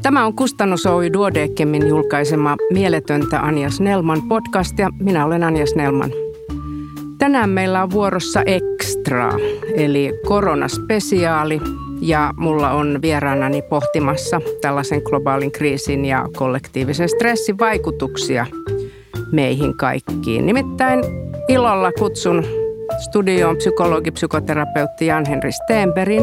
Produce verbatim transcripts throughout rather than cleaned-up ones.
Tämä on Kustannus Oy Duodecimin julkaisema Mieletöntä Anja Snellman podcast ja minä olen Anja Snellman. Tänään meillä on vuorossa Extra eli koronaspesiaali ja mulla on vieraanani pohtimassa tällaisen globaalin kriisin ja kollektiivisen stressin vaikutuksia meihin kaikkiin. Nimittäin ilolla kutsun studioon psykologi, psykoterapeutti Jan-Henri Stenbergin.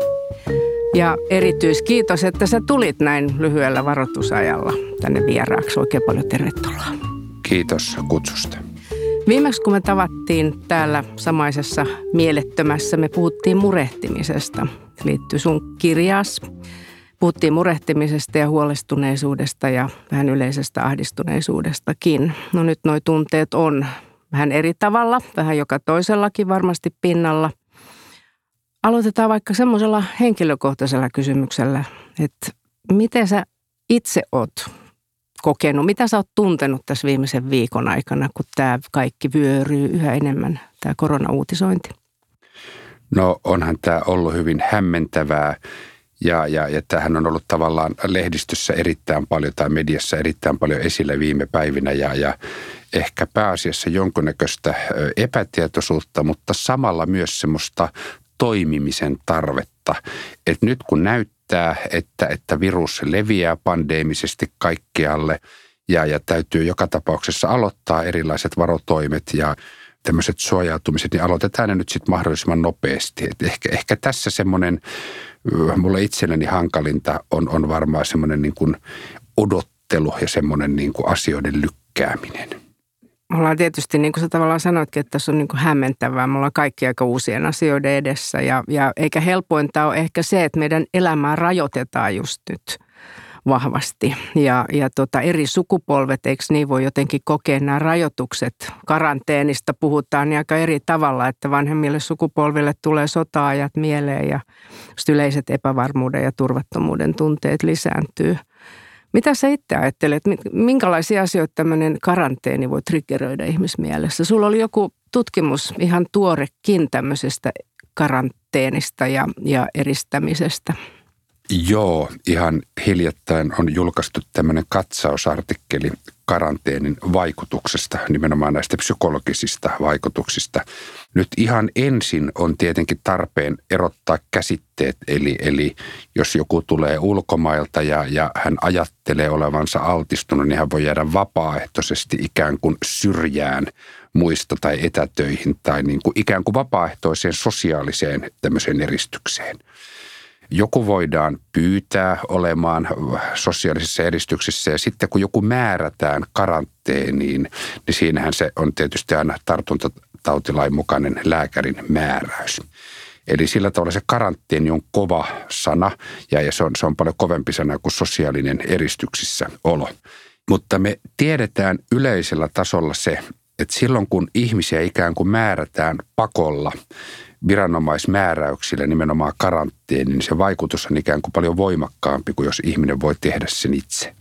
Ja erityiskiitos, että sä tulit näin lyhyellä varoitusajalla tänne vieraaksi. Oikein paljon tervetuloa. Kiitos kutsusta. Viimeksi kun me tavattiin täällä samaisessa mielettömässä, me puhuttiin murehtimisesta. Se liittyy sun kirjaas. Puhuttiin murehtimisesta ja huolestuneisuudesta ja vähän yleisestä ahdistuneisuudestakin. No nyt noi tunteet on vähän eri tavalla, vähän joka toisellakin varmasti pinnalla. Aloitetaan vaikka semmoisella henkilökohtaisella kysymyksellä, että miten sä itse oot kokenut, mitä sä oot tuntenut tässä viimeisen viikon aikana, kun tämä kaikki vyöryy yhä enemmän, tämä koronauutisointi? No onhan tämä ollut hyvin hämmentävää ja, ja, ja tämähän on ollut tavallaan lehdistössä erittäin paljon tai mediassa erittäin paljon esillä viime päivinä ja, ja ehkä pääasiassa jonkunnäköistä epätietoisuutta, mutta samalla myös semmoista toimimisen tarvetta. Että nyt kun näyttää, että, että virus leviää pandeemisesti kaikkialle ja, ja täytyy joka tapauksessa aloittaa erilaiset varotoimet ja tämmöiset suojautumiset, niin aloitetaan ne nyt sitten mahdollisimman nopeasti. Et ehkä, ehkä tässä semmoinen, mulle itselleni hankalinta on, on varmaan semmoinen niin kuin odottelu ja semmoinen niin kuin asioiden lykkääminen. Me ollaan tietysti, niin kuin sä tavallaan sanoitkin, että tässä on niin kuin hämmentävää. Me ollaan kaikki aika uusien asioiden edessä ja, ja eikä helpointa ole ehkä se, että meidän elämää rajoitetaan just nyt vahvasti. Ja, ja tota, eri sukupolvet, eikö niin voi jotenkin kokea nämä rajoitukset? Karanteenista puhutaan niin aika eri tavalla, että vanhemmille sukupolville tulee sota-ajat mieleen ja yleiset epävarmuuden ja turvattomuuden tunteet lisääntyy. Mitä sä itse ajattelet, minkälaisia asioita tämmöinen karanteeni voi triggeröidä ihmismielessä? Sulla oli joku tutkimus ihan tuorekin tämmöisestä karanteenista ja, ja eristämisestä. Joo, ihan hiljattain on julkaistu tämmöinen katsausartikkeli karanteenin vaikutuksesta, nimenomaan näistä psykologisista vaikutuksista. Nyt ihan ensin on tietenkin tarpeen erottaa käsitteet, eli, eli jos joku tulee ulkomailta ja, ja hän ajattelee olevansa altistunut, niin hän voi jäädä vapaaehtoisesti ikään kuin syrjään muista tai etätöihin tai niin kuin ikään kuin vapaaehtoiseen sosiaaliseen tämmöiseen eristykseen. Joku voidaan pyytää olemaan sosiaalisessa eristyksessä ja sitten kun joku määrätään karanteeniin, niin siinähän se on tietysti aina tartuntatautilain mukainen lääkärin määräys. Eli sillä tavalla se karanteeni on kova sana ja se on, se on paljon kovempi sana kuin sosiaalinen eristyksissä olo. Mutta me tiedetään yleisellä tasolla se, että silloin kun ihmisiä ikään kuin määrätään pakolla, viranomaismääräyksillä nimenomaan karanteeni, niin se vaikutus on ikään kuin paljon voimakkaampi kuin jos ihminen voi tehdä sen itse.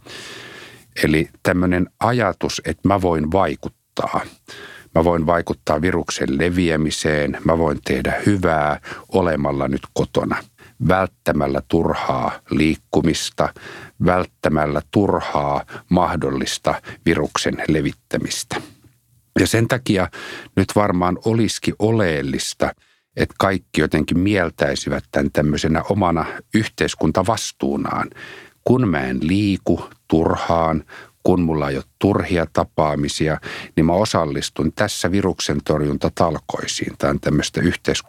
Eli tämmöinen ajatus, että mä voin vaikuttaa. Mä voin vaikuttaa viruksen leviämiseen, mä voin tehdä hyvää olemalla nyt kotona. Välttämällä turhaa liikkumista, välttämällä turhaa mahdollista viruksen levittämistä. Ja sen takia nyt varmaan olisikin oleellista, että kaikki jotenkin mieltäisivät tämän tämmöisenä omana yhteiskuntavastuunaan. Kun mä en liiku turhaan, kun mulla ei ole turhia tapaamisia, niin mä osallistun tässä viruksen torjuntatalkoisiin. Tämä on tämmöistä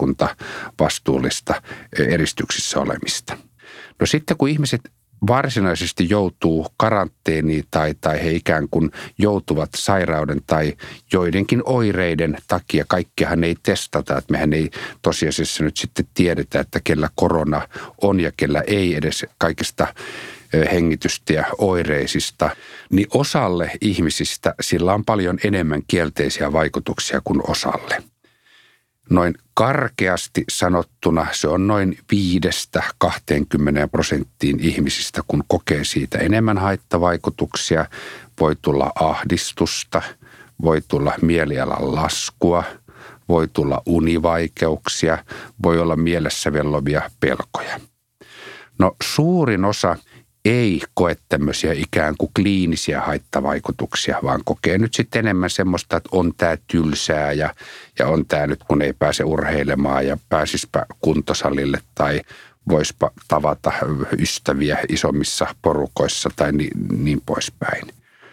yhteiskuntavastuullista eristyksissä olemista. No sitten kun ihmiset varsinaisesti joutuu karanteeniin tai, tai he ikään kuin joutuvat sairauden tai joidenkin oireiden takia. Kaikkiahan ei testata, että mehän ei tosiasiassa nyt sitten tiedetä, että kellä korona on ja kellä ei edes kaikista hengitystie oireisista. Niin osalle ihmisistä sillä on paljon enemmän kielteisiä vaikutuksia kuin osalle. Noin karkeasti sanottuna se on noin viidestä kahteenkymmeneen prosenttiin ihmisistä, kun kokee siitä enemmän haittavaikutuksia. Voi tulla ahdistusta, voi tulla mielialan laskua, voi tulla univaikeuksia, voi olla mielessä vellovia pelkoja. No suurin osa ei koe tämmöisiä ikään kuin kliinisiä haittavaikutuksia, vaan kokee nyt sitten enemmän semmoista, että on tämä tylsää ja, ja on tämä nyt, kun ei pääse urheilemaan ja pääsispä kuntosalille tai voispa tavata ystäviä isommissa porukoissa tai niin, niin poispäin.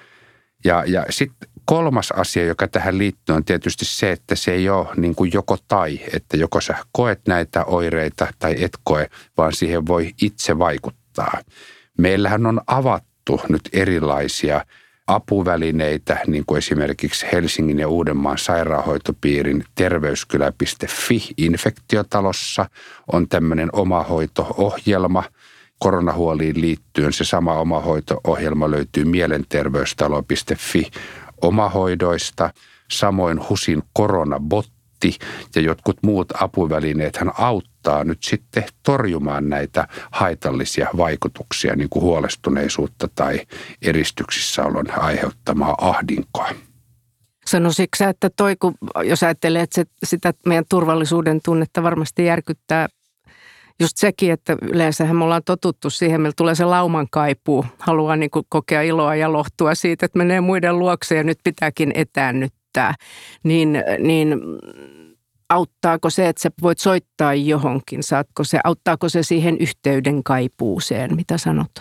Ja, ja sitten kolmas asia, joka tähän liittyy, on tietysti se, että se ei ole niin kuin joko tai, että joko sä koet näitä oireita tai et koe, vaan siihen voi itse vaikuttaa. Meillähän on avattu nyt erilaisia apuvälineitä, niin kuin esimerkiksi Helsingin ja Uudenmaan sairaanhoitopiirin terveyskylä piste fi-infektiotalossa on tämmöinen omahoito-ohjelma. Koronahuoliin liittyen se sama omahoito-ohjelma löytyy mielenterveystalo piste fi omahoidoista. Samoin HUSin koronabotti ja jotkut muut apuvälineethän auttaa nyt sitten torjumaan näitä haitallisia vaikutuksia, niin kuin huolestuneisuutta tai eristyksissäolon aiheuttamaa ahdinkoa. Sanoisitko sä, että toi, kun, jos ajattelee, että se, sitä meidän turvallisuuden tunnetta varmasti järkyttää just sekin, että yleensähän me ollaan totuttu siihen, meillä tulee se lauman kaipuu, haluaa niin kuin kokea iloa ja lohtua siitä, että menee muiden luokse ja nyt pitääkin etäännyttää, niin, niin auttaako se, että sä voit soittaa johonkin, saatko se, auttaako se siihen yhteyden kaipuuseen, mitä sanot?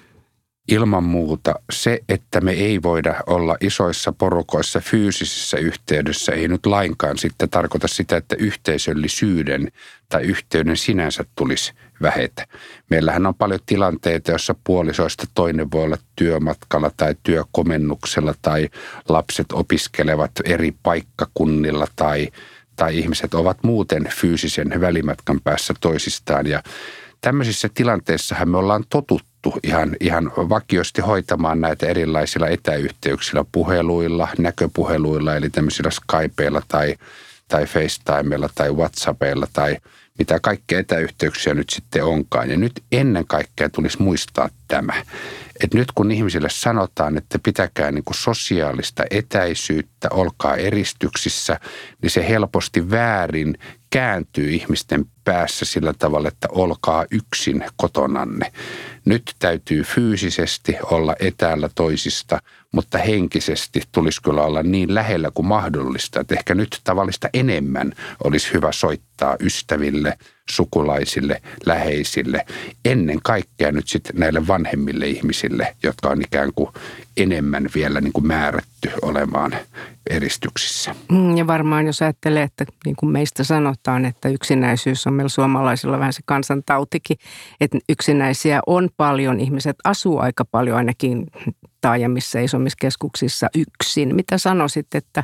Ilman muuta se, että me ei voida olla isoissa porukoissa fyysisessä yhteydessä, ei nyt lainkaan sitten tarkoita sitä, että yhteisöllisyyden tai yhteyden sinänsä tulisi vähetä. Meillähän on paljon tilanteita, joissa puolisoista toinen voi olla työmatkalla tai työkomennuksella tai lapset opiskelevat eri paikkakunnilla tai, tai ihmiset ovat muuten fyysisen välimatkan päässä toisistaan ja tämmöisissä tilanteissahan me ollaan totuttu ihan, ihan vakiosti hoitamaan näitä erilaisilla etäyhteyksillä, puheluilla, näköpuheluilla, eli tämmöisillä Skypeilla tai, tai FaceTimeilla tai WhatsAppilla tai mitä kaikkea etäyhteyksiä nyt sitten onkaan. Ja nyt ennen kaikkea tulisi muistaa tämä, että nyt kun ihmisille sanotaan, että pitäkää niin kuin sosiaalista etäisyyttä, olkaa eristyksissä, niin se helposti väärin kääntyy ihmisten päässä sillä tavalla, että olkaa yksin kotonanne. Nyt täytyy fyysisesti olla etäällä toisista, mutta henkisesti tulisi kyllä olla niin lähellä kuin mahdollista, että ehkä nyt tavallista enemmän olisi hyvä soittaa ystäville, sukulaisille, läheisille, ennen kaikkea nyt sitten näille vanhemmille ihmisille, jotka on ikään kuin enemmän vielä niin kuin määrätty olemaan eristyksissä. Ja varmaan jos ajattelee, että niin kuin meistä sanotaan, että yksinäisyys on meillä suomalaisilla vähän se kansantautikin, että yksinäisiä on paljon, ihmiset asuu aika paljon ainakin taajamissa isommissa keskuksissa yksin. Mitä sanoisit, että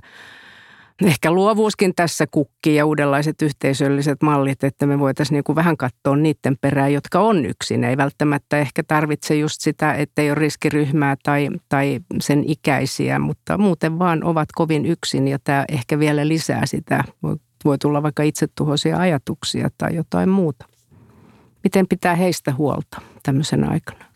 ehkä luovuuskin tässä kukkii ja uudenlaiset yhteisölliset mallit, että me voitaisiin niin kuin vähän katsoa niiden perään, jotka on yksin. Ei välttämättä ehkä tarvitse just sitä, ettei ole riskiryhmää tai, tai sen ikäisiä, mutta muuten vaan ovat kovin yksin ja tämä ehkä vielä lisää sitä. Voi, voi tulla vaikka itsetuhoisia ajatuksia tai jotain muuta. Miten pitää heistä huolta tämmöisenä aikana?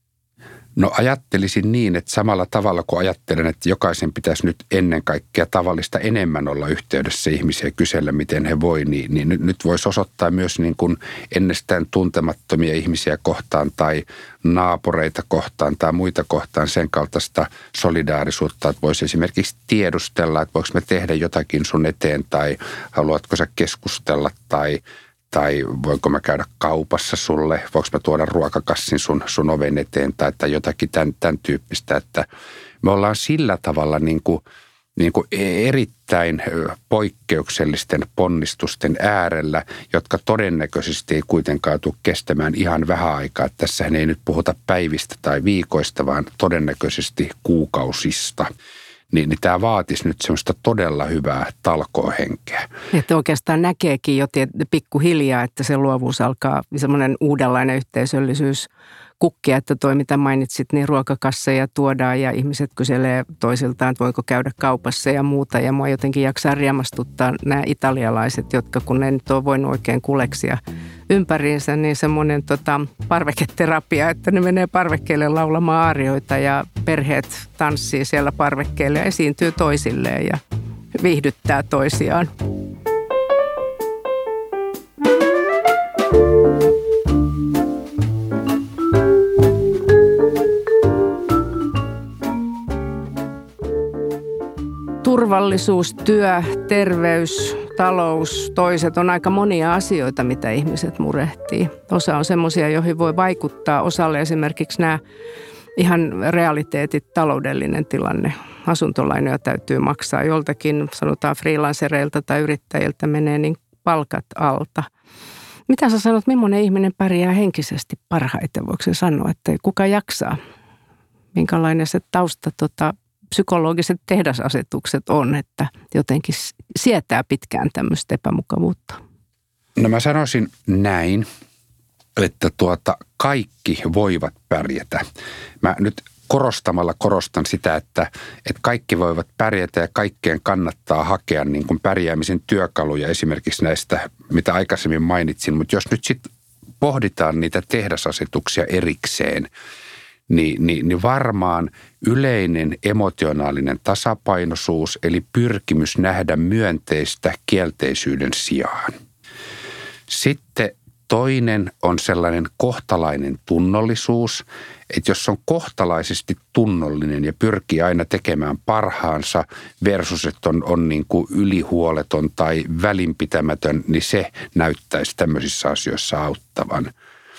No ajattelisin niin, että samalla tavalla kuin ajattelen, että jokaisen pitäisi nyt ennen kaikkea tavallista enemmän olla yhteydessä ihmisiä ja kysellä, miten he voi, niin, niin nyt, nyt voisi osoittaa myös niin kuin ennestään tuntemattomia ihmisiä kohtaan tai naapureita kohtaan tai muita kohtaan sen kaltaista solidaarisuutta, että voisi esimerkiksi tiedustella, että voiko me tehdä jotakin sun eteen tai haluatko sä keskustella tai Tai voinko mä käydä kaupassa sulle, voinko mä tuoda ruokakassin sun, sun oven eteen tai, tai jotakin tämän, tämän tyyppistä. Että me ollaan sillä tavalla niin kuin, niin kuin erittäin poikkeuksellisten ponnistusten äärellä, jotka todennäköisesti ei kuitenkaan tule kestämään ihan vähän aikaa. Tässähän ei nyt puhuta päivistä tai viikoista, vaan todennäköisesti kuukausista. Niin, niin tämä vaatisi nyt semmoista todella hyvää talkoohenkeä. Että oikeastaan näkeekin jo pikkuhiljaa, että se luovuus alkaa, semmoinen uudenlainen yhteisöllisyys kukkia, että toi mitä mainitsit, niin ruokakasseja tuodaan ja ihmiset kyselee toisiltaan, että voiko käydä kaupassa ja muuta. Ja mua jotenkin jaksaa riemastuttaa nämä italialaiset, jotka kun ne nyt on voinut oikein kuleksia ympäriinsä, niin semmoinen tota, parveketerapia, että ne menee parvekkeelle laulamaan aarioita ja perheet tanssii siellä parvekkeelle ja esiintyy toisilleen ja viihdyttää toisiaan. turvallisuus, työ, terveys, talous, toiset on aika monia asioita, mitä ihmiset murehtii. Osa on semmoisia, joihin voi vaikuttaa. Osalle esimerkiksi nämä ihan realiteetit, taloudellinen tilanne. Asuntolainoja täytyy maksaa joltakin, sanotaan freelancereilta tai yrittäjiltä menee niin palkat alta. Mitä sä sanot, millainen ihminen pärjää henkisesti parhaiten? Voiko se sanoa, että kuka jaksaa? Minkälainen se tausta, tota, psykologiset tehdasasetukset on, että jotenkin sietää pitkään tämmöistä epämukavuutta? No mä sanoisin näin, että tuota, kaikki voivat pärjätä. Mä nyt korostamalla korostan sitä, että, että kaikki voivat pärjätä ja kaikkeen kannattaa hakea niin kuin pärjäämisen työkaluja esimerkiksi näistä, mitä aikaisemmin mainitsin. Mutta jos nyt sitten pohditaan niitä tehdasasetuksia erikseen, niin, niin, niin varmaan yleinen emotionaalinen tasapainoisuus eli pyrkimys nähdä myönteistä kielteisyyden sijaan. Sitten toinen on sellainen kohtalainen tunnollisuus, että jos on kohtalaisesti tunnollinen ja pyrkii aina tekemään parhaansa versus, että on, on niin kuin ylihuoleton tai välinpitämätön, niin se näyttäisi tämmöisissä asioissa auttavan.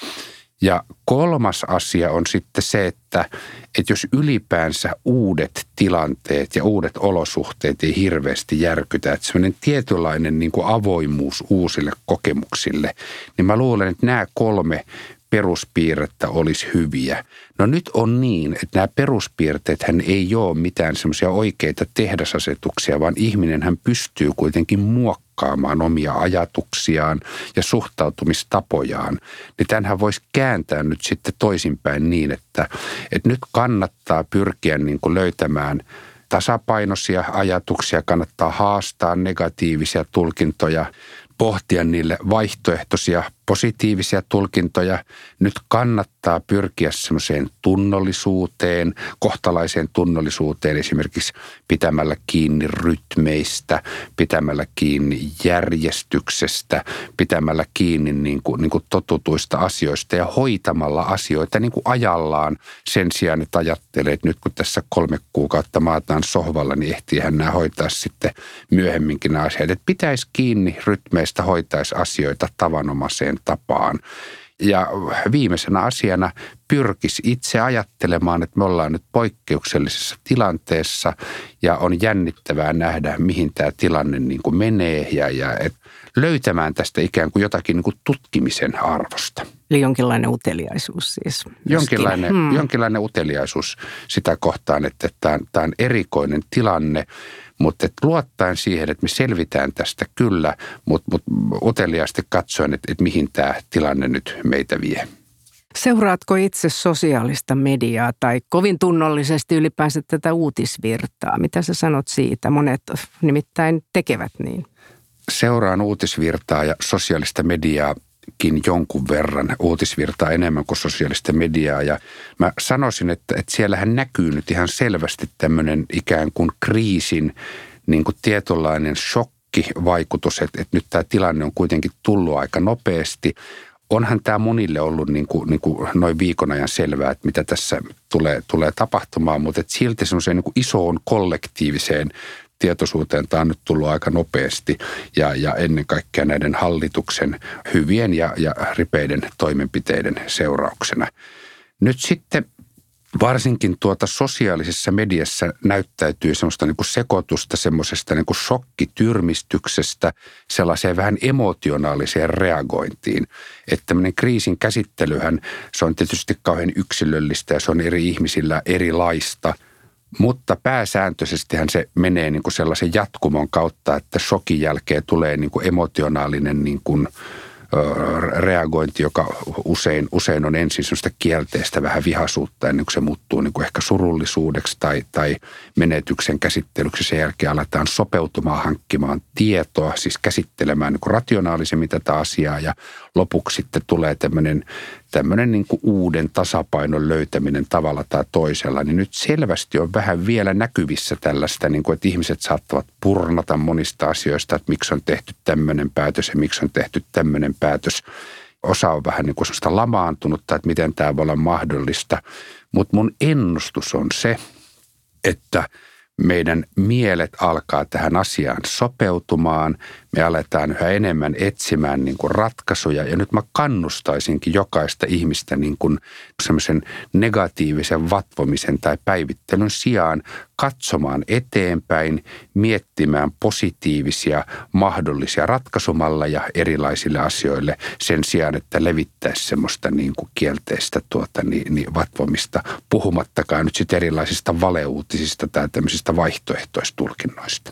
Ja kolmas asia on sitten se, että, että jos ylipäänsä uudet tilanteet ja uudet olosuhteet ei hirveästi järkytä, että semmoinen tietynlainen niin kuin avoimuus uusille kokemuksille, niin mä luulen, että nämä kolme peruspiirrettä olisi hyviä. No nyt on niin, että nämä peruspiirteethän ei ole mitään semmoisia oikeita tehdasasetuksia, vaan ihminenhän pystyy kuitenkin muokkaamaan omia ajatuksiaan ja suhtautumistapojaan. Niin tämänhän voisi kääntää nyt sitten toisinpäin niin, että, että nyt kannattaa pyrkiä niin kuin löytämään tasapainoisia ajatuksia, kannattaa haastaa negatiivisia tulkintoja, pohtia niille vaihtoehtoisia positiivisia tulkintoja. Nyt kannattaa pyrkiä semmoiseen tunnollisuuteen, kohtalaiseen tunnollisuuteen esimerkiksi pitämällä kiinni rytmeistä, pitämällä kiinni järjestyksestä, pitämällä kiinni niin kuin, niin kuin totutuista asioista ja hoitamalla asioita niin kuin ajallaan sen sijaan, että ajattelee, että nyt kun tässä kolme kuukautta maataan sohvalla, niin ehtiihän nämä hoitaa sitten myöhemminkin nämä asiat. Että pitäisi kiinni rytmeistä, hoitaisi asioita tavanomaiseen tapaan. Ja viimeisenä asiana pyrkisi itse ajattelemaan, että me ollaan nyt poikkeuksellisessa tilanteessa ja on jännittävää nähdä, mihin tämä tilanne niin kuin menee ja, ja et löytämään tästä ikään kuin jotakin niin kuin tutkimisen arvosta. Eli jonkinlainen uteliaisuus siis. Jonkinlainen, hmm. jonkinlainen uteliaisuus sitä kohtaan, että tämä on, tämä on erikoinen tilanne. Mutta luottaen siihen, että me selvitään tästä kyllä, mutta mut uteliaasti katsoen, että, että mihin tämä tilanne nyt meitä vie. Seuraatko itse sosiaalista mediaa tai kovin tunnollisesti ylipäänsä tätä uutisvirtaa? Mitä sä sanot siitä? Monet nimittäin tekevät niin. Seuraan uutisvirtaa ja sosiaalista mediaa. Jonkun verran uutisvirtaa enemmän kuin sosiaalista mediaa ja mä sanoisin, että, että siellähän näkyy nyt ihan selvästi tämmöinen ikään kuin kriisin niin kuin tietynlainen shokkivaikutus, että, että nyt tämä tilanne on kuitenkin tullut aika nopeasti. Onhan tämä monille ollut niin kuin, niin kuin noin viikon ajan selvää, että mitä tässä tulee, tulee tapahtumaan, mutta että silti semmoiseen niin kuin isoon kollektiiviseen tietoisuuteen tämä on nyt tullut aika nopeasti ja, ja ennen kaikkea näiden hallituksen hyvien ja, ja ripeiden toimenpiteiden seurauksena. Nyt sitten varsinkin tuota sosiaalisessa mediassa näyttäytyy semmoista niin kuin sekoitusta semmoisesta niin kuin shokkityrmistyksestä sellaiseen vähän emotionaaliseen reagointiin. Että tämmöinen kriisin käsittelyhän, se on tietysti kauhean yksilöllistä ja se on eri ihmisillä erilaista. Mutta pääsääntöisestihän se menee niin kuin sellaisen jatkumon kautta, että shokin jälkeen tulee niin kuin emotionaalinen niin kuin reagointi, joka usein, usein on ensin sellaista kielteistä vähän vihaisuutta ennen kuin se muuttuu niin kuin ehkä surullisuudeksi tai, tai menetyksen käsittelyksi. Sen jälkeen aletaan sopeutumaan, hankkimaan tietoa, siis käsittelemään niin kuin rationaalisemmin tätä asiaa ja lopuksi sitten tulee tämmöinen, tämmöinen niin kuin uuden tasapainon löytäminen tavalla tai toisella. Niin nyt selvästi on vähän vielä näkyvissä tällaista, niin kuin, että ihmiset saattavat purnata monista asioista, että miksi on tehty tämmöinen päätös ja miksi on tehty tämmöinen päätös. Osa on vähän niin kuin sellaista lamaantunutta, että miten tämä voi olla mahdollista. Mutta mun ennustus on se, että meidän mielet alkaa tähän asiaan sopeutumaan. Me aletaan yhä enemmän etsimään niin kuin ratkaisuja. Ja nyt mä kannustaisinkin jokaista ihmistä niin kuin semmoisen negatiivisen vatvomisen tai päivittelyn sijaan katsomaan eteenpäin, miettimään positiivisia mahdollisia ratkaisumalleja erilaisille asioille sen sijaan, että levittäisi semmoista niin kuin kielteistä tuota, niin, niin vatvomista, puhumattakaan nyt sitten erilaisista valeuutisista tai tämmöisistä vaihtoehtoistulkinnoista.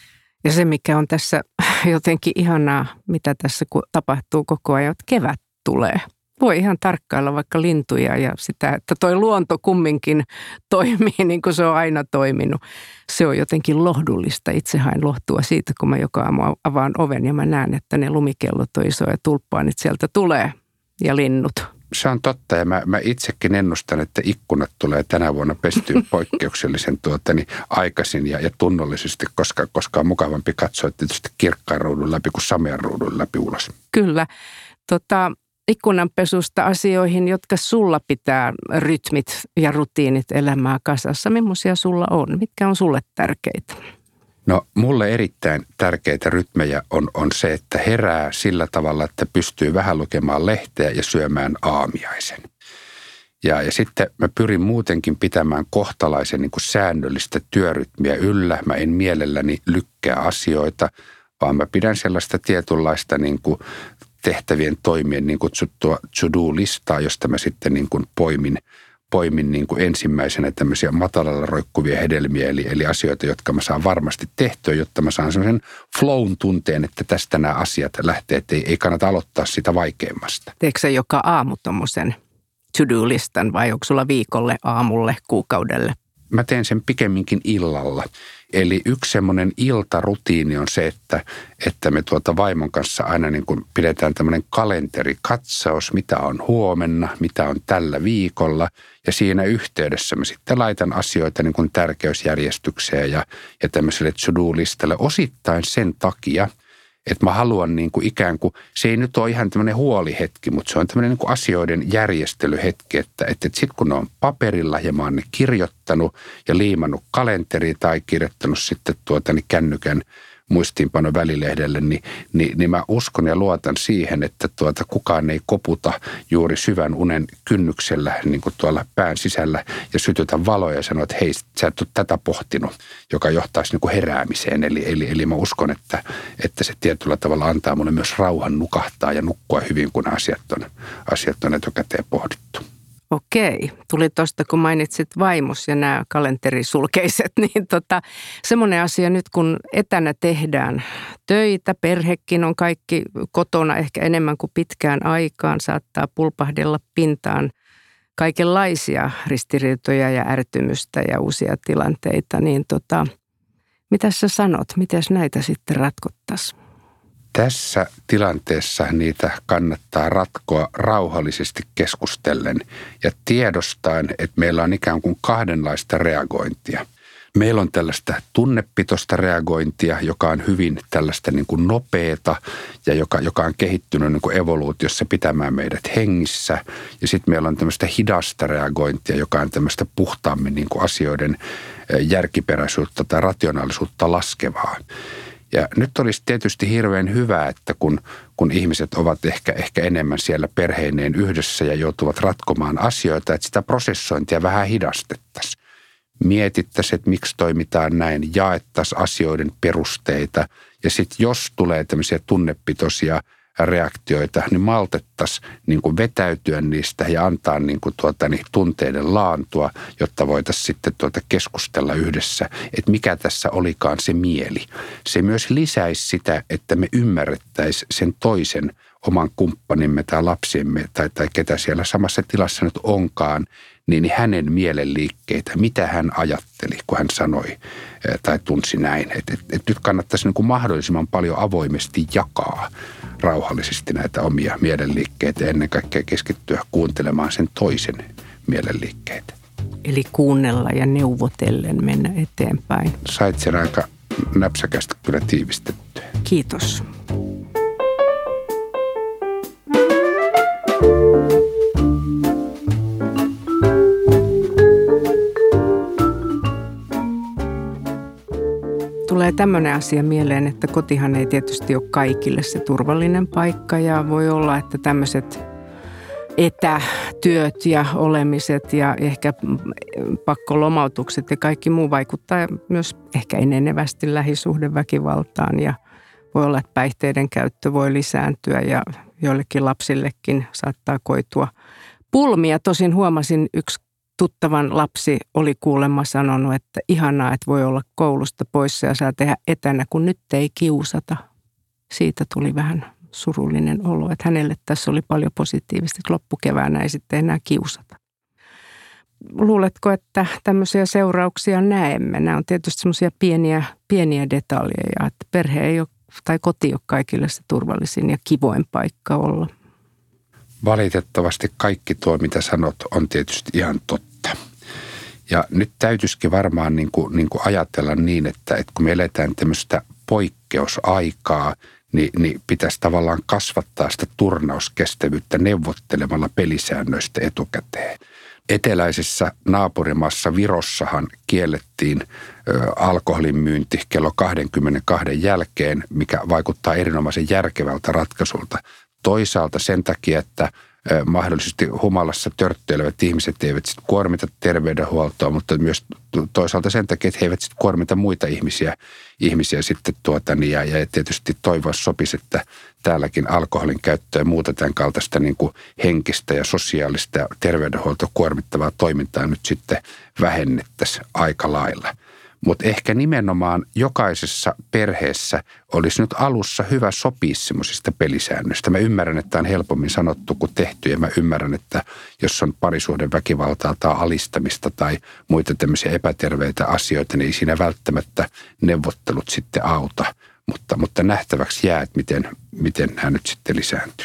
Ja se, mikä on tässä jotenkin ihanaa, mitä tässä tapahtuu koko ajan, että kevät tulee. Voi ihan tarkkailla vaikka lintuja ja sitä, että toi luonto kumminkin toimii niin kuin se on aina toiminut. Se on jotenkin lohdullista. Itse hain lohtua siitä, kun mä joka aamu avaan oven ja mä näen, että ne lumikellot on isoja tulppaanit sieltä tulee ja linnut. Se on totta ja mä, mä itsekin ennustan, että ikkunat tulee tänä vuonna pestyä poikkeuksellisen tuotani aikaisin ja, ja tunnollisesti, koska, koska on mukavampi katsoa tietysti kirkkaan ruudun läpi kuin samean ruudun läpi ulos. Kyllä. Tota, ikkunanpesusta asioihin, jotka sulla pitää rytmit ja rutiinit elämää kasassa. Millaisia sulla on? Mitkä on sulle tärkeitä? No mulle erittäin tärkeitä rytmejä on, on se, että herää sillä tavalla, että pystyy vähän lukemaan lehteä ja syömään aamiaisen. Ja, ja sitten mä pyrin muutenkin pitämään kohtalaisen niin kuin säännöllistä työrytmiä yllä. Mä en mielelläni lykkää asioita, vaan mä pidän sellaista tietynlaista niin kuin tehtävien toimien niin kutsuttua to-do-listaa, josta mä sitten niin kuin poimin, poimin niin kuin ensimmäisenä tämmöisiä matalalla roikkuvia hedelmiä, eli, eli asioita, jotka mä saan varmasti tehtyä, jotta mä saan semmoisen flown tunteen, että tästä nämä asiat lähtee, että ei, ei kannata aloittaa sitä vaikeimmasta. Teekö sä joka aamu tommosen to-do-listan vai onko sulla viikolle, aamulle, kuukaudelle? Mä teen sen pikemminkin illalla. Eli yksi semmoinen iltarutiini on se, että, että me tuota vaimon kanssa aina niin kuin pidetään tämmöinen kalenterikatsaus, mitä on huomenna, mitä on tällä viikolla. Ja siinä yhteydessä mä sitten laitan asioita niin kuin tärkeysjärjestykseen ja, ja tämmöiselle to-do-listalle osittain sen takia, että mä haluan niin kuin ikään kuin, se ei nyt ole ihan tämmöinen huolihetki, mutta se on tämmöinen niin kuin asioiden järjestelyhetki, että, että sitten kun ne on paperilla ja mä oon ne kirjoittanut ja liimannut kalenteriin tai kirjoittanut sitten tuota niin kännykän muistiinpano välilehdelle, niin, niin, niin mä uskon ja luotan siihen, että tuota kukaan ei koputa juuri syvän unen kynnyksellä niin kuin tuolla pään sisällä ja sytytä valoja ja sanoo, että hei, sä et ole tätä pohtinut, joka johtaisi niin kuin heräämiseen. Eli, eli, eli mä uskon, että, että se tietyllä tavalla antaa mulle myös rauhan nukahtaa ja nukkua hyvin, kun asiat on, asiat on etukäteen pohdittu. Okei. Tuli tuosta, kun mainitsit vaimos ja nämä kalenterisulkeiset, niin tota, semmoinen asia nyt, kun etänä tehdään töitä, perhekin on kaikki kotona ehkä enemmän kuin pitkään aikaan, saattaa pulpahdella pintaan kaikenlaisia ristiriitoja ja ärtymystä ja uusia tilanteita, niin tota, mitä sä sanot, miten näitä sitten ratkottaisiin? Tässä tilanteessa niitä kannattaa ratkoa rauhallisesti keskustellen ja tiedostaen, että meillä on ikään kuin kahdenlaista reagointia. Meillä on tällaista tunnepitoista reagointia, joka on hyvin tällaista niin kuin nopeata ja joka, joka on kehittynyt niin kuin evoluutiossa pitämään meidät hengissä. Ja sitten meillä on tämmöistä hidasta reagointia, joka on tämmöistä puhtaammin niin kuin asioiden järkiperäisyyttä tai rationaalisuutta laskevaa. Ja nyt olisi tietysti hirveän hyvä, että kun, kun ihmiset ovat ehkä, ehkä enemmän siellä perheineen yhdessä ja joutuvat ratkomaan asioita, että sitä prosessointia vähän hidastettaisiin. Mietittäisiin, että miksi toimitaan näin, jaettaisiin asioiden perusteita ja sitten jos tulee tämmöisiä tunnepitoisia reaktioita, niin maltettaisiin niin kuin vetäytyä niistä ja antaa niin kuin tuota, niin tunteiden laantua, jotta voitaisiin sitten tuota keskustella yhdessä, että mikä tässä olikaan se mieli. Se myös lisäisi sitä, että me ymmärrettäisiin sen toisen oman kumppanimme tai lapsiemme tai, tai ketä siellä samassa tilassa nyt onkaan, niin hänen mielenliikkeitä, mitä hän ajatteli, kun hän sanoi tai tunsi näin. Että et, et nyt kannattaisi niin kuin mahdollisimman paljon avoimesti jakaa rauhallisesti näitä omia mielenliikkeitä ja ennen kaikkea keskittyä kuuntelemaan sen toisen mielenliikkeitä. Eli kuunnella ja neuvotellen mennä eteenpäin. Sait sen aika näpsäkästi kyllä tiivistettyä. Kiitos. tulee tämmöinen asia mieleen, että kotihan ei tietysti ole kaikille se turvallinen paikka ja voi olla, että tämmöiset etätyöt ja olemiset ja ehkä pakkolomautukset ja kaikki muu vaikuttaa myös ehkä enenevästi lähisuhdeväkivaltaan ja voi olla, että päihteiden käyttö voi lisääntyä ja joillekin lapsillekin saattaa koitua pulmia. Tosin huomasin, yksi tuttavan lapsi oli kuulemma sanonut, että ihanaa, että voi olla koulusta poissa ja saa tehdä etänä, kun nyt ei kiusata. Siitä tuli vähän surullinen olo, että hänelle tässä oli paljon positiivista, että loppukeväänä ei sitten enää kiusata. Luuletko, että tämmöisiä seurauksia näemme? Nämä on tietysti semmoisia pieniä, pieniä detaljeja, että perhe ei ole, tai koti ei ole kaikille se turvallisin ja kivoin paikka olla. Valitettavasti kaikki tuo, mitä sanot, on tietysti ihan totta. Ja nyt täytyisikin varmaan niin kuin, niin kuin ajatella niin, että, että kun me eletään tämmöistä poikkeusaikaa, niin, niin pitäisi tavallaan kasvattaa sitä turnauskestävyyttä neuvottelemalla pelisäännöistä etukäteen. Eteläisessä naapurimaassa Virossahan kiellettiin ö, alkoholin myynti kello kaksikymmentäkaksi jälkeen, mikä vaikuttaa erinomaisen järkevältä ratkaisulta. Toisaalta sen takia, että ö, mahdollisesti humalassa törttöilevät ihmiset eivät sit kuormita terveydenhuoltoa, mutta myös toisaalta sen takia, että he eivät sit kuormita muita ihmisiä, ihmisiä sitten tuota, niin ja, ja tietysti toivoa sopisi, että täälläkin alkoholin käyttöä ja muuta tämän kaltaista niin kuin henkistä ja sosiaalista ja terveydenhuoltoa kuormittavaa toimintaa nyt sitten vähennettäisiin aika lailla. Mutta ehkä nimenomaan jokaisessa perheessä olisi nyt alussa hyvä sopia semmoisista pelisäännöistä. Mä ymmärrän, että on helpommin sanottu kuin tehty ja mä ymmärrän, että jos on parisuhden väkivaltaa tai alistamista tai muita tämmöisiä epäterveitä asioita, niin ei siinä välttämättä neuvottelut sitten auta. Mutta, mutta nähtäväksi jää, että miten, miten nämä nyt sitten lisääntyy.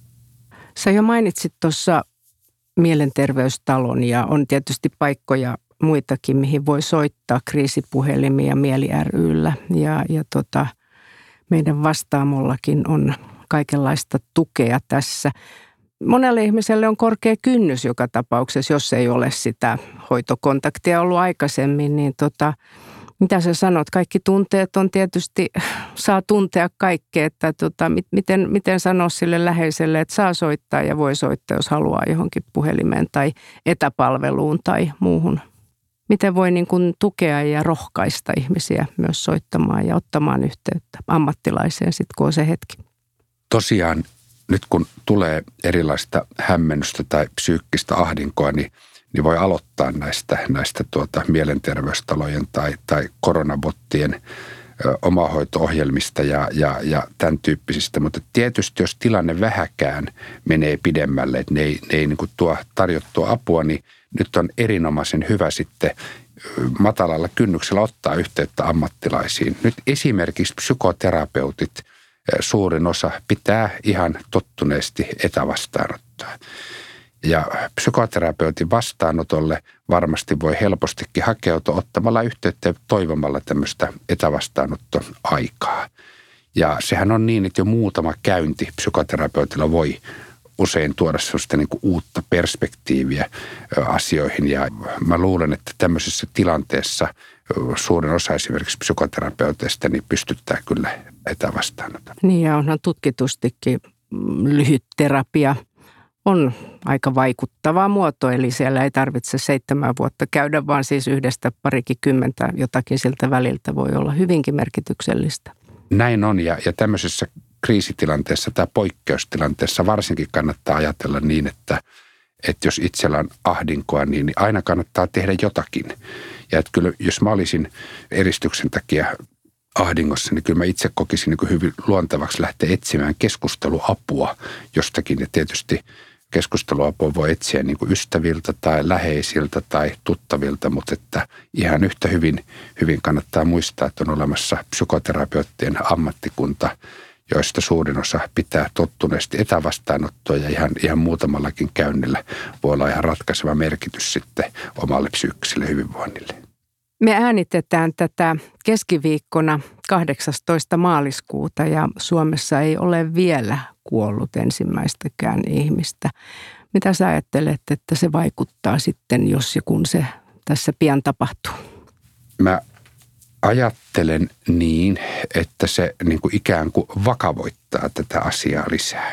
Sä jo mainitsit tuossa mielenterveystalon ja on tietysti paikkoja muitakin, mihin voi soittaa kriisipuhelimia Mieli ry:llä. Ja, ja tota, meidän Vastaamollakin on kaikenlaista tukea tässä. Monelle ihmiselle on korkea kynnys joka tapauksessa, jos ei ole sitä hoitokontaktia ollut aikaisemmin, niin tota, mitä sä sanot? Kaikki tunteet on tietysti, saa tuntea kaikkea, että tota, miten, miten sanoa sille läheiselle, että saa soittaa ja voi soittaa, jos haluaa johonkin puhelimeen tai etäpalveluun tai muuhun. Miten voi niin kuin tukea ja rohkaista ihmisiä myös soittamaan ja ottamaan yhteyttä ammattilaiseen sitten, kun on se hetki? Tosiaan nyt kun tulee erilaista hämmennystä tai psyykkistä ahdinkoa, niin niin voi aloittaa näistä, näistä tuota mielenterveystalojen tai, tai koronabottien ö, omahoito-ohjelmista ja, ja, ja tämän tyyppisistä. Mutta tietysti jos tilanne vähäkään menee pidemmälle, että ne ei, ne ei niin kuin tuo tarjottua apua, niin nyt on erinomaisen hyvä sitten matalalla kynnyksellä ottaa yhteyttä ammattilaisiin. Nyt esimerkiksi psykoterapeutit, suurin osa pitää ihan tottuneesti etävastaanottoa. Ja psykoterapeutin vastaanotolle varmasti voi helpostikin hakeutua ottamalla yhteyttä ja toivomalla tämmöistä etävastaanottoaikaa. Ja sehän on niin, että jo muutama käynti psykoterapeutilla voi usein tuoda sellaista niin kuin uutta perspektiiviä asioihin. Ja mä luulen, että tämmöisessä tilanteessa suurin osa esimerkiksi psykoterapeuteista niin pystyttää kyllä etävastaanoton. Niin ja onhan tutkitustikin lyhyt terapia on aika vaikuttava muoto, eli siellä ei tarvitse seitsemän vuotta käydä, vaan siis yhdestä parikin kymmentä jotakin siltä väliltä voi olla hyvinkin merkityksellistä. Näin on, ja, ja tämmöisessä kriisitilanteessa tai poikkeustilanteessa varsinkin kannattaa ajatella niin, että, että jos itsellä on ahdinkoa, niin aina kannattaa tehdä jotakin. Ja että kyllä, jos mä olisin eristyksen takia ahdingossa, niin kyllä mä itse kokisin niin kuin hyvin luontevaksi lähteä etsimään keskusteluapua jostakin, ja tietysti keskusteluapua voi etsiä niin kuin ystäviltä tai läheisiltä tai tuttavilta, mutta että ihan yhtä hyvin, hyvin kannattaa muistaa, että on olemassa psykoterapeuttien ammattikunta, joista suurin osa pitää tottuneesti etävastaanottoa ja ihan, ihan muutamallakin käynnillä voi olla ihan ratkaiseva merkitys sitten omalle psyykkiselle hyvinvoinnille. Me äänitetään tätä keskiviikkona kahdeksastoista maaliskuuta ja Suomessa ei ole vielä kuollut ensimmäistäkään ihmistä. Mitä sä ajattelet, että se vaikuttaa sitten, jos ja kun se tässä pian tapahtuu? Mä ajattelen niin, että se niin kuin ikään kuin vakavoittaa tätä asiaa lisää.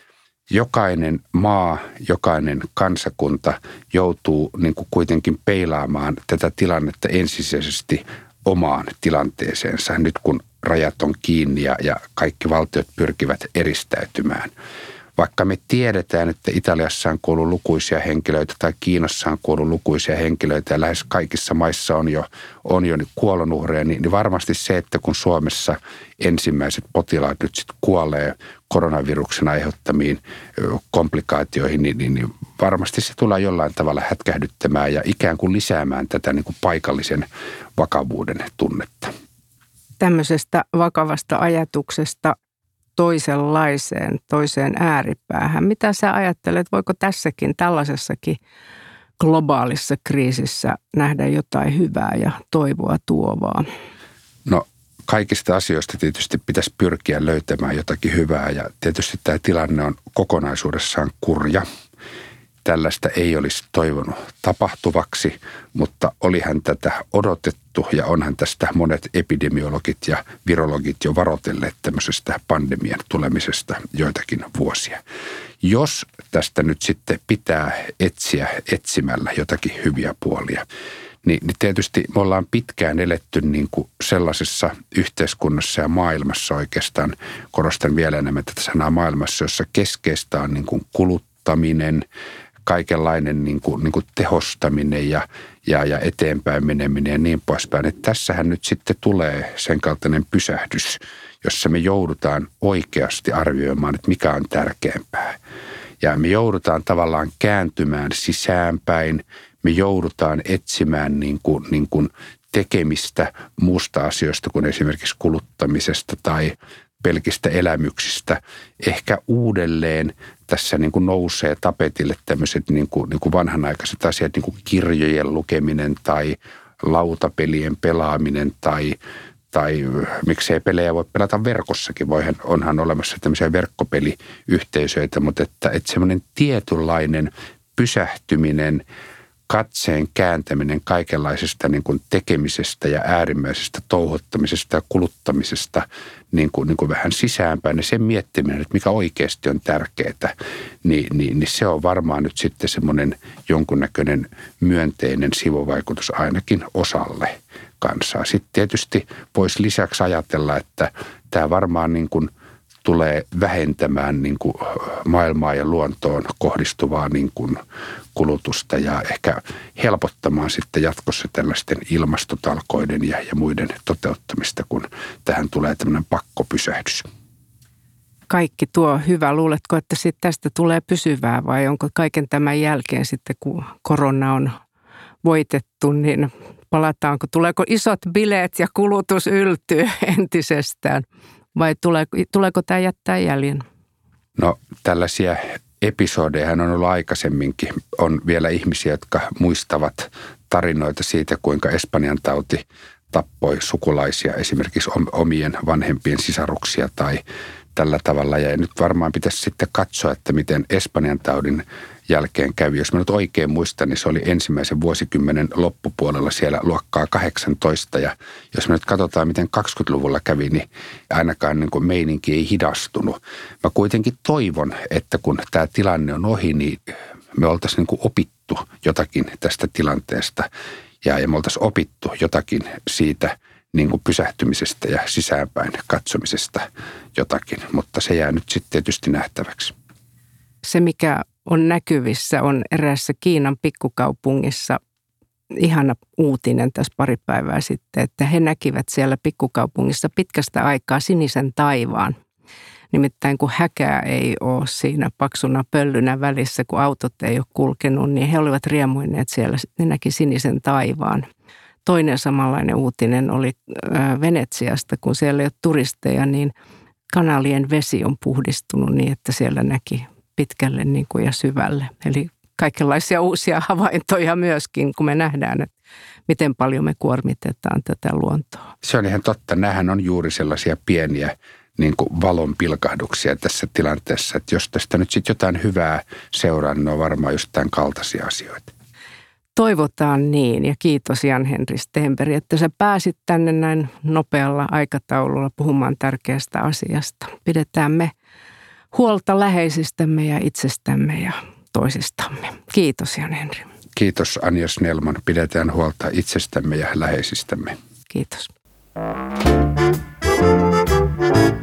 Jokainen maa, jokainen kansakunta joutuu niin kuin kuitenkin peilaamaan tätä tilannetta ensisijaisesti omaan tilanteeseensa, nyt kun rajat on kiinni ja, ja kaikki valtiot pyrkivät eristäytymään. Vaikka me tiedetään, että Italiassa on kuollut lukuisia henkilöitä tai Kiinassa on kuollut lukuisia henkilöitä ja lähes kaikissa maissa on jo, on jo kuolonuhreja, niin, niin varmasti se, että kun Suomessa ensimmäiset potilaat nyt sitten kuolee koronaviruksen aiheuttamiin komplikaatioihin, niin, niin, niin varmasti se tulee jollain tavalla hätkähdyttämään ja ikään kuin lisäämään tätä niin kuin paikallisen vakavuuden tunnetta. Tämmöisestä vakavasta ajatuksesta toisenlaiseen, toiseen ääripäähän. Mitä sä ajattelet, voiko tässäkin, tällaisessakin globaalissa kriisissä nähdä jotain hyvää ja toivoa tuovaa? No kaikista asioista tietysti pitäisi pyrkiä löytämään jotakin hyvää ja tietysti tämä tilanne on kokonaisuudessaan kurja. Tällaista ei olisi toivonut tapahtuvaksi, mutta olihan tätä odotettu ja onhan tästä monet epidemiologit ja virologit jo varoitelleet tämmöisestä pandemian tulemisesta joitakin vuosia. Jos tästä nyt sitten pitää etsiä etsimällä jotakin hyviä puolia, niin, niin tietysti me ollaan pitkään eletty niin kuin sellaisessa yhteiskunnassa ja maailmassa oikeastaan, korostan vielä enemmän tätä sanaa maailmassa, jossa keskeistä on niin kuin kuluttaminen, kaikenlainen niin kuin, niin kuin tehostaminen ja, ja, ja eteenpäin meneminen ja niin poispäin. Että tässähän nyt sitten tulee sen kaltainen pysähdys, jossa me joudutaan oikeasti arvioimaan, että mikä on tärkeämpää. Ja me joudutaan tavallaan kääntymään sisäänpäin, me joudutaan etsimään niin kuin, niin kuin tekemistä muusta asioista kuin esimerkiksi kuluttamisesta tai pelkistä elämyksistä. Ehkä uudelleen tässä niin kuin nousee tapetille tämmöiset niin kuin, niin kuin vanhanaikaiset asiat, niin kuin kirjojen lukeminen tai lautapelien pelaaminen tai, tai miksei pelejä voi pelata verkossakin. Voihan, onhan olemassa tämmöisiä verkkopeliyhteisöitä, mutta että, että semmoinen tietynlainen pysähtyminen, katseen kääntäminen kaikenlaisesta niin kuin tekemisestä ja äärimmäisestä touhottamisesta ja kuluttamisesta niin kuin, niin kuin vähän sisäänpäin ja sen miettiminen, että mikä oikeasti on tärkeää, niin, niin, niin se on varmaan nyt sitten semmoinen jonkunnäköinen myönteinen sivuvaikutus ainakin osalle kansaa. Sitten tietysti voisi lisäksi ajatella, että tämä varmaan niin kuin tulee vähentämään niin kuin maailmaan ja luontoon kohdistuvaa niin kuin kulutusta ja ehkä helpottamaan sitten jatkossa tällaisten ilmastotalkoiden ja, ja muiden toteuttamista, kun tähän tulee tämmöinen pakkopysähdys. Kaikki tuo hyvä. Luuletko, että sitten tästä tulee pysyvää vai onko kaiken tämän jälkeen sitten, kun korona on voitettu, niin palataanko, tuleeko isot bileet ja kulutus yltyy entisestään? Vai tuleeko, tuleeko tämä jättää jäljen? No tällaisia episodeja on ollut aikaisemminkin. On vielä ihmisiä, jotka muistavat tarinoita siitä, kuinka Espanjan tauti tappoi sukulaisia, esimerkiksi omien vanhempien sisaruksia tai tällä tavalla. Ja nyt varmaan pitäisi sitten katsoa, että miten Espanjan taudin jälkeen kävi. Jos mä nyt oikein muistan, niin se oli ensimmäisen vuosikymmenen loppupuolella siellä luokkaa kahdeksantoista. Ja jos me nyt katsotaan, miten kaksikymmentäluvulla kävi, niin ainakaan niin kuin meininki ei hidastunut. Mä kuitenkin toivon, että kun tämä tilanne on ohi, niin me oltaisiin niin kuin opittu jotakin tästä tilanteesta. Ja, ja me oltaisiin opittu jotakin siitä niin kuin pysähtymisestä ja sisäänpäin katsomisesta jotakin. Mutta se jää nyt sitten tietysti nähtäväksi. Se, mikä on näkyvissä, on eräässä Kiinan pikkukaupungissa ihana uutinen tässä pari päivää sitten, että he näkivät siellä pikkukaupungissa pitkästä aikaa sinisen taivaan. Nimittäin kun häkää ei ole siinä paksuna pöllynä välissä, kun autot ei ole kulkenut, niin he olivat riemuineet siellä, ne näki sinisen taivaan. Toinen samanlainen uutinen oli Venetsiasta, kun siellä ei ole turisteja, niin kanalien vesi on puhdistunut niin, että siellä näki pitkälle niin kuin ja syvälle. Eli kaikenlaisia uusia havaintoja myöskin, kun me nähdään, että miten paljon me kuormitetaan tätä luontoa. Se on ihan totta. Nämähän on juuri sellaisia pieniä niin kuin valon pilkahduksia tässä tilanteessa, että jos tästä nyt sitten jotain hyvää seuraa, niin ne on varmaan just tämän kaltaisia asioita. Toivotaan niin ja kiitos Jan-Henri Stenberg, että sä pääsit tänne näin nopealla aikataululla puhumaan tärkeästä asiasta. Pidetään me huolta läheisistämme ja itsestämme ja toisistamme. Kiitos Jan-Henri. Kiitos Anja Snellman. Pidetään huolta itsestämme ja läheisistämme. Kiitos.